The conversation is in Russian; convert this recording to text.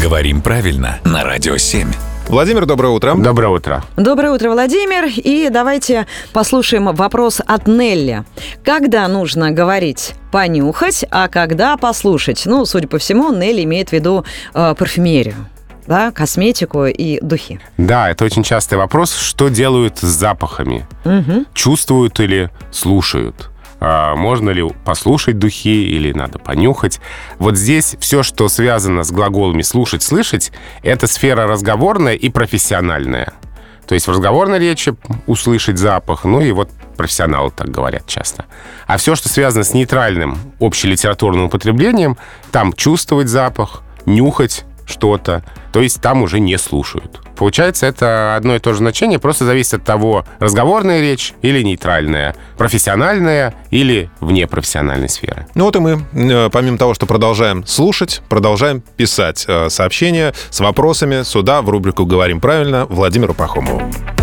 Говорим правильно на Радио 7. Владимир, доброе утро. Доброе утро. Доброе утро, Владимир. И давайте послушаем вопрос от Нелли. Когда нужно говорить «понюхать», а когда «послушать»? Ну, судя по всему, Нелли имеет в виду парфюмерию. Да, косметику и духи. Да, это очень частый вопрос. Что делают с запахами? Чувствуют или слушают? Можно ли послушать духи или надо понюхать? Вот здесь все, что связано с глаголами «слушать», «слышать», это сфера разговорная и профессиональная. То есть в разговорной речи услышать запах, ну и вот профессионалы так говорят часто. А все, что связано с нейтральным общелитературным употреблением, там чувствовать запах, нюхать что-то, то есть там уже не слушают. Получается, это одно и то же значение, просто зависит от того, разговорная речь или нейтральная, профессиональная или вне профессиональной сферы. Ну вот и мы, помимо того, что продолжаем слушать, продолжаем писать сообщения с вопросами сюда, в рубрику «Говорим правильно» Владимиру Пахомову.